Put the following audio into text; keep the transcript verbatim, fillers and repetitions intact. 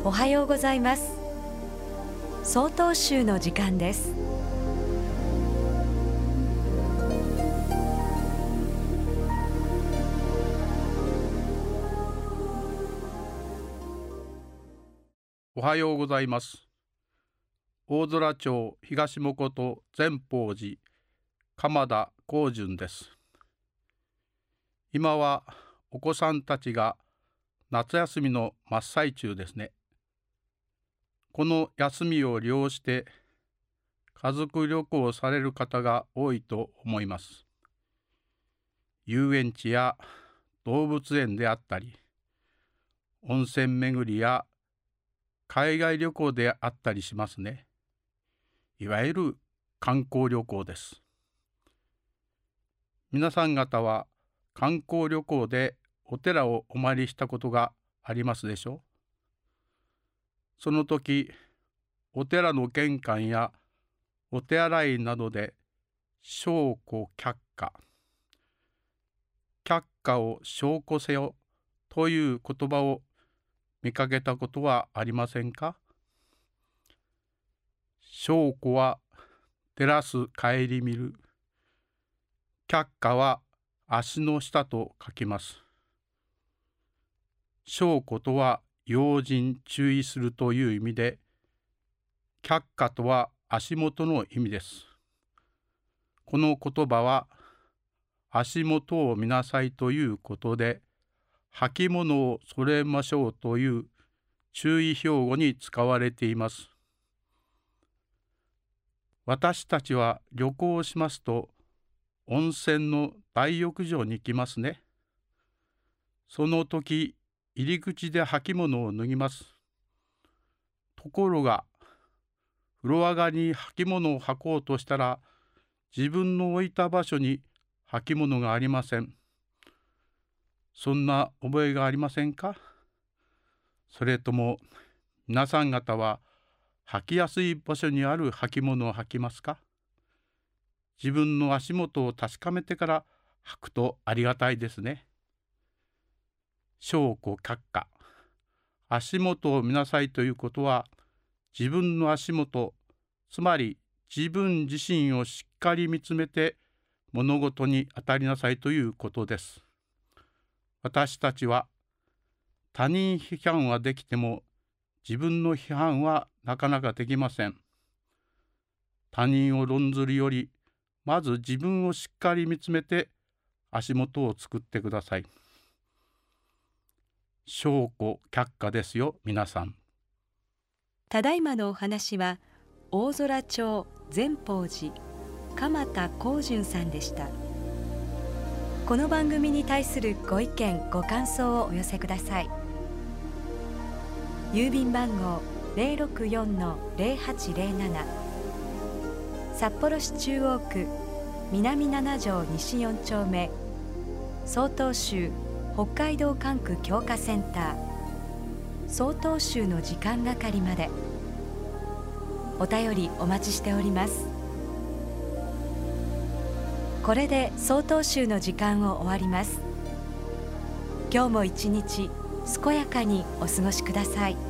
おはようございます。総統集の時間です。 おはようございます。大空町東もこと善宝寺鎌田光順です。今はお子さんたちが夏休みの真っ最中ですね。この休みを利用して家族旅行をされる方が多いと思います。遊園地や動物園であったり、温泉巡りや海外旅行であったりしますね。いわゆる観光旅行です。皆さん方は観光旅行でお寺をお参りしたことがありますでしょう。その時、お寺の玄関やお手洗いなどで証拠却下、却下を証拠せよという言葉を見かけたことはありませんか。証拠は照らす顧みる、却下は足の下と書きます。証拠とは用心注意するという意味で、却下とは足元の意味です。この言葉は足元を見なさいということで、履物を揃えましょうという注意標語に使われています。私たちは旅行をしますと、温泉の大浴場に行きますね。その時、入り口で履物を脱ぎます。ところが、風呂上がりに履物を履こうとしたら、自分の置いた場所に履物がありません。そんな覚えがありませんか？それとも、皆さん方は履きやすい場所にある履物を履きますか？自分の足元を確かめてから履くとありがたいですね。証拠却下、足元を見なさいということは、自分の足元、つまり自分自身をしっかり見つめて物事に当たりなさいということです。私たちは他人批判はできても自分の批判はなかなかできません。他人を論ずるより、まず自分をしっかり見つめて足元を作ってください。証拠却下ですよ、皆さん。 ただいまのお話は大空町善宝寺鎌田光順さんでした。この番組に対するご意見ご感想をお寄せください。郵便番号 ゼロろくよんのゼロはちゼロなな、札幌市中央区南なな条西よん丁目、曹洞宗北海道管区強化センター曹洞宗の時間係まで。お便りお待ちしております。これで曹洞宗の時間を終わります。今日も一日健やかにお過ごしください。